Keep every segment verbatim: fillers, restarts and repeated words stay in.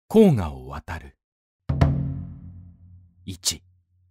黄河を渡る。いち、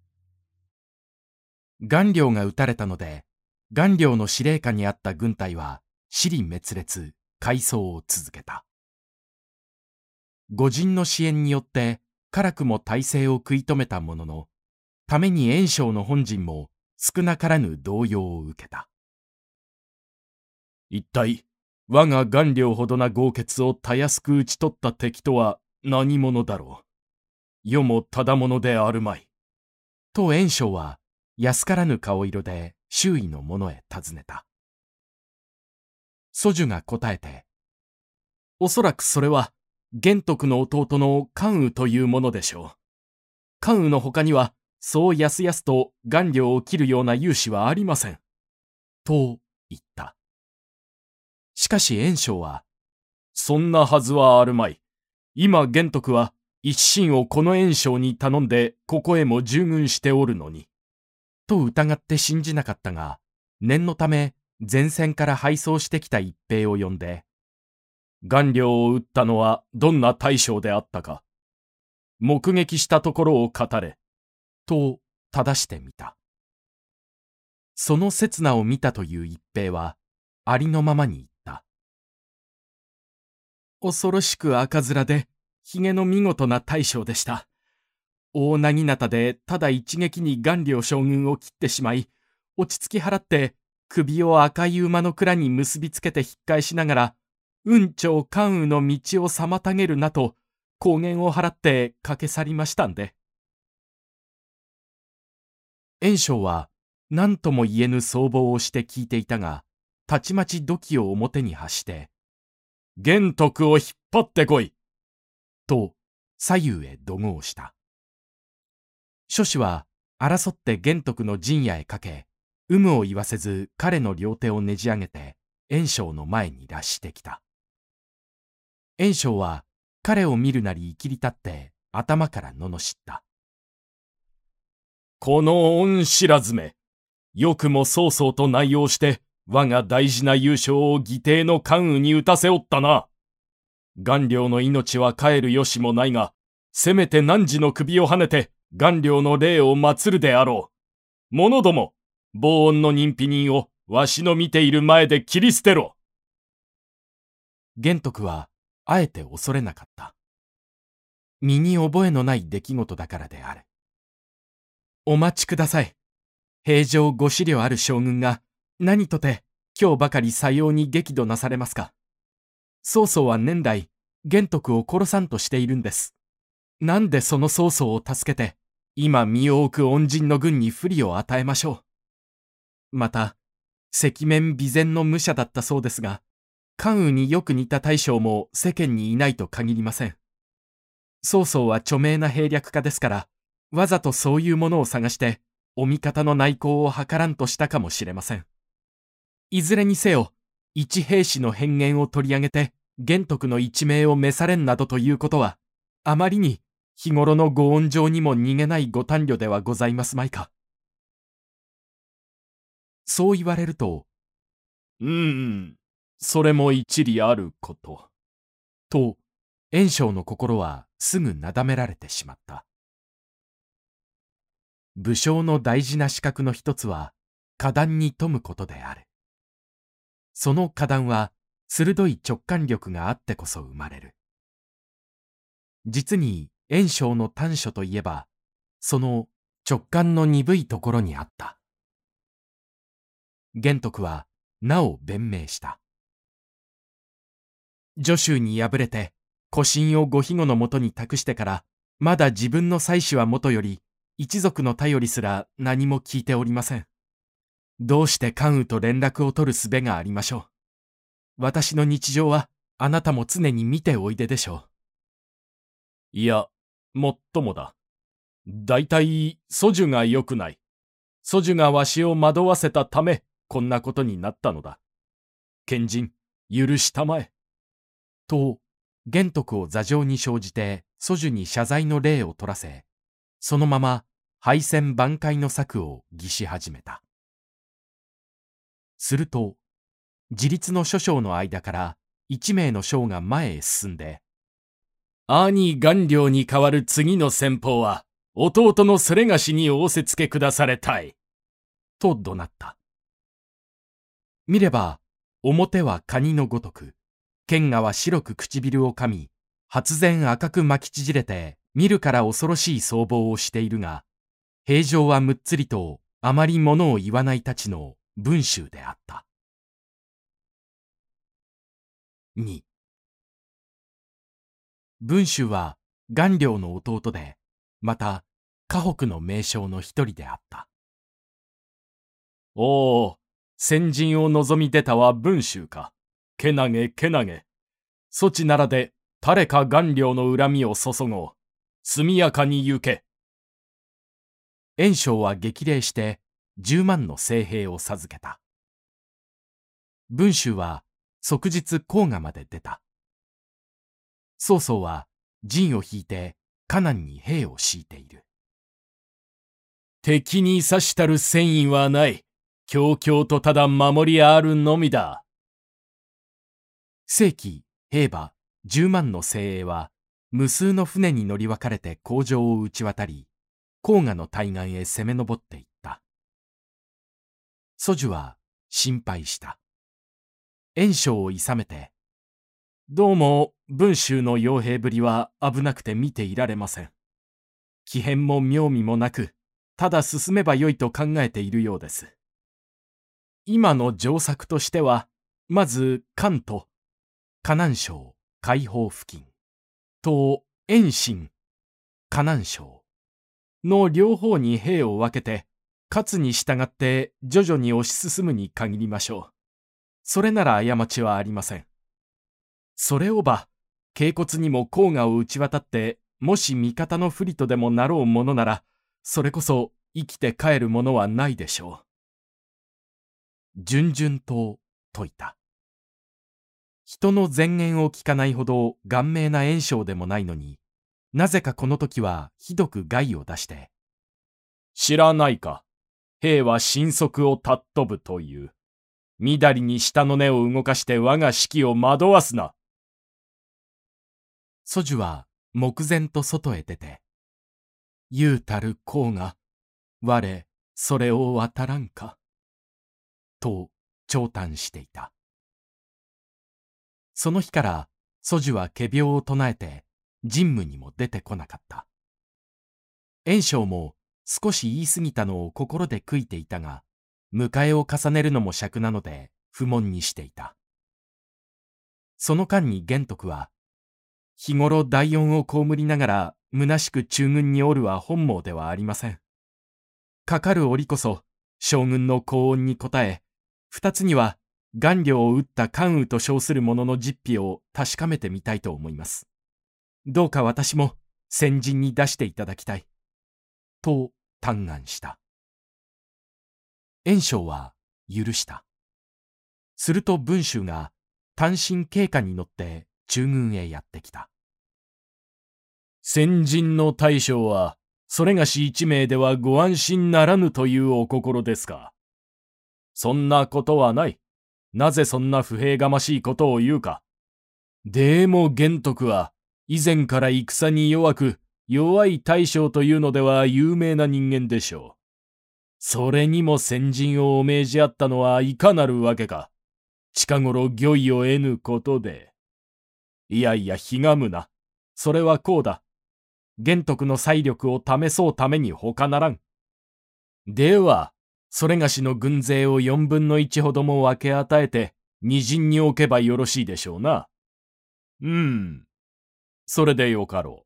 顔料が撃たれたので、顔料の司令下にあった軍隊は支離滅裂、改装を続けた。御仁の支援によって辛くも体制を食い止めたものの、ために袁紹の本陣も少なからぬ動揺を受けた。一体我が顔料ほどな豪傑をたやすく討ち取った敵とは何者だろう。世もただものであるまい。と袁紹は安からぬ顔色で周囲の者へ尋ねた。蘇樹が答えて、おそらくそれは玄徳の弟の関羽というものでしょう。関羽の他にはそうやすやすと顔料を切るような勇士はありません。と言った。しかし袁紹は、そんなはずはあるまい。今玄徳は一心をこの袁紹に頼んでここへも従軍しておるのに。と疑って信じなかったが、念のため前線から敗走してきた一平を呼んで、顔料を撃ったのはどんな大将であったか。目撃したところを語れ。と正してみた。その刹那を見たという一平はありのままに言った。恐ろしく赤面でひげの見事な大将でした。大薙刀でただ一撃に顔料将軍を切ってしまい、落ち着き払って首を赤い馬の蔵に結びつけて引っ返しながら、雲長関羽の道を妨げるなと公言を払って駆け去りましたんで。袁紹は何とも言えぬ相貌をして聞いていたが、たちまち土器を表に発して、玄徳を引っ張ってこいと左右へ怒号した。諸氏は争って玄徳の陣屋へかけ、有無を言わせず彼の両手をねじ上げて袁紹の前に拉してきた。袁紹は彼を見るなりいきり立って頭から罵った。この恩知らずめ、よくも曹操と内容して我が大事な優勝を義弟の関羽に打たせおったな。顔料の命は帰る由もないが、せめて汝の首をはねて顔料の霊を祀るであろう。者ども、防音の認否人をわしの見ている前で切り捨てろ。玄徳はあえて恐れなかった。身に覚えのない出来事だからである。お待ちください。平常ご資料ある将軍が何とて今日ばかりさように激怒なされますか。曹操は年来玄徳を殺さんとしているんです。なんでその曹操を助けて今身を置く恩人の軍に不利を与えましょう。また赤面備前の武者だったそうですが、関羽によく似た大将も世間にいないと限りません。曹操は著名な兵略家ですから、わざとそういうものを探してお味方の内向を図らんとしたかもしれません。いずれにせよ、一兵士の変幻を取り上げて玄徳の一命を召されんなどということは、あまりに日頃のご恩情にも逃げないご短慮ではございますまいか。そう言われると、うーん、それも一理あること。と、袁紹の心はすぐなだめられてしまった。武将の大事な資格の一つは、果断に富むことである。その果断は、鋭い直感力があってこそ生まれる。実に袁紹の短所といえば、その直感の鈍いところにあった。玄徳はなお弁明した。徐州に敗れて孤身をご庇護のもとに託してから、まだ自分の妻子はもとより一族の頼りすら何も聞いておりません。どうして関羽と連絡を取る術がありましょう。私の日常はあなたも常に見ておいででしょう。いや、もっともだ。だいたい蘇樹が良くない。蘇樹がわしを惑わせたためこんなことになったのだ。賢人、許したまえ。と玄徳を座上に生じて蘇樹に謝罪の礼を取らせ、そのまま敗戦挽回の策を議し始めた。すると自立の諸将の間から一名の将が前へ進んで、 兄顔料に代わる次の先方は、弟のそれがしに仰せつけくだされたい。 と怒鳴った。見れば、表はカニのごとく、剣河は白く唇を噛み、発然赤く巻き縮れて、見るから恐ろしい相貌をしているが、平常はむっつりとあまりものを言わないたちの文集であった。に文集は顔料の弟で、また河北の名将の一人であった。 おお、先陣を望み出たは文集か。けなげけなげ。そちならで誰か顔料の恨みを注ごう。速やかに行け。 袁紹は激励して十万の精兵を授けた。文集は即日黄河まで出た。曹操は陣を引いて河南に兵を敷いている。 敵に刺したる戦意はない。強々とただ守りあるのみだ。 正規、兵馬、十万の精鋭は無数の船に乗り分かれて江上を打ち渡り、黄河の対岸へ攻め上っていった。蘇樹は心配した。袁紹をいさめて、 どうも文集の傭兵ぶりは危なくて見ていられません。奇変も妙味もなく、ただ進めばよいと考えているようです。今の上策としては、まず関東、 河南省海邦付近と遠心、 河南省の両方に兵を分けて、勝に従って徐々に推し進むに限りましょう。それなら過ちはありません。それをば、頸骨にも黄河を打ち渡って、もし味方の不利とでもなろうものなら、それこそ生きて帰るものはないでしょう。順々と説いた。人の前言を聞かないほど顔面な袁紹でもないのに、なぜかこの時はひどく害を出して、 知らないか。兵は神速を尊ぶという。みだりに下の根を動かして我が士気を惑わすな。 蘇樹は目前と外へ出て、言うたる功が、我、それを渡らんか。と長嘆していた。その日から蘇樹は仮病を唱えて陣務にも出てこなかった。袁紹も少し言い過ぎたのを心で悔いていたが、迎えを重ねるのも尺なので不問にしていた。その間に玄徳は、日頃大恩を被りながら虚しく中軍におるは本望ではありません。かかる折こそ将軍の高恩に応え、二つには顔料を打った関羽と称する者の実費を確かめてみたいと思います。どうか私も先陣に出していただきたい。と嘆願した。袁紹は許した。すると文集が単身軽貨に乗って中軍へやってきた。 先陣の大将は、それがし一名ではご安心ならぬというお心ですか。そんなことはない。なぜそんな不平がましいことを言うか。でも玄徳は、以前から戦に弱く、弱い大将というのでは有名な人間でしょう。それにも先陣をお命じあったのはいかなるわけか。近頃御意を得ぬことで。いやいや、ひがむな。それはこうだ。玄徳の才力を試そうために他ならん。では、それがしの軍勢を四分の一ほども分け与えて、二陣に置けばよろしいでしょうな。うーん。それでよかろ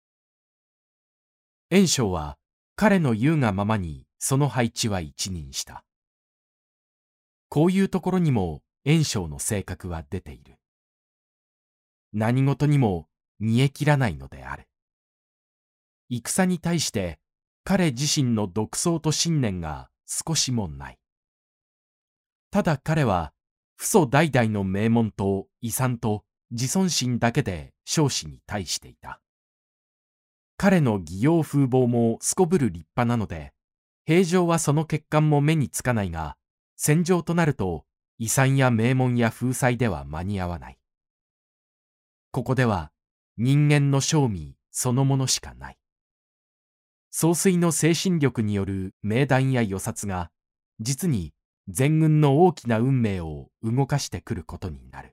う。袁紹は彼の言うがままにその配置は一任した。こういうところにも袁紹の性格は出ている。何事にも煮え切らないのである。戦に対して彼自身の独創と信念が少しもない。ただ彼は父祖代々の名門と遺産と自尊心だけで彰子に対していた。彼の義勇風貌もすこぶる立派なので、平常はその欠陥も目につかないが、戦場となると遺産や名門や風采では間に合わない。ここでは人間の正味そのものしかない。総帥の精神力による名談や与殺が、実に全軍の大きな運命を動かしてくることになる。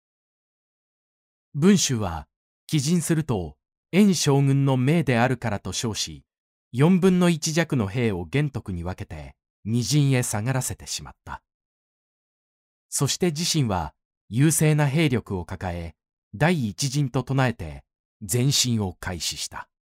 文州は、帰陣すると、燕将軍の命であるからと称し、四分の一弱の兵を玄徳に分けて、二陣へ下がらせてしまった。そして自身は、優勢な兵力を抱え、第一陣と唱えて、前進を開始した。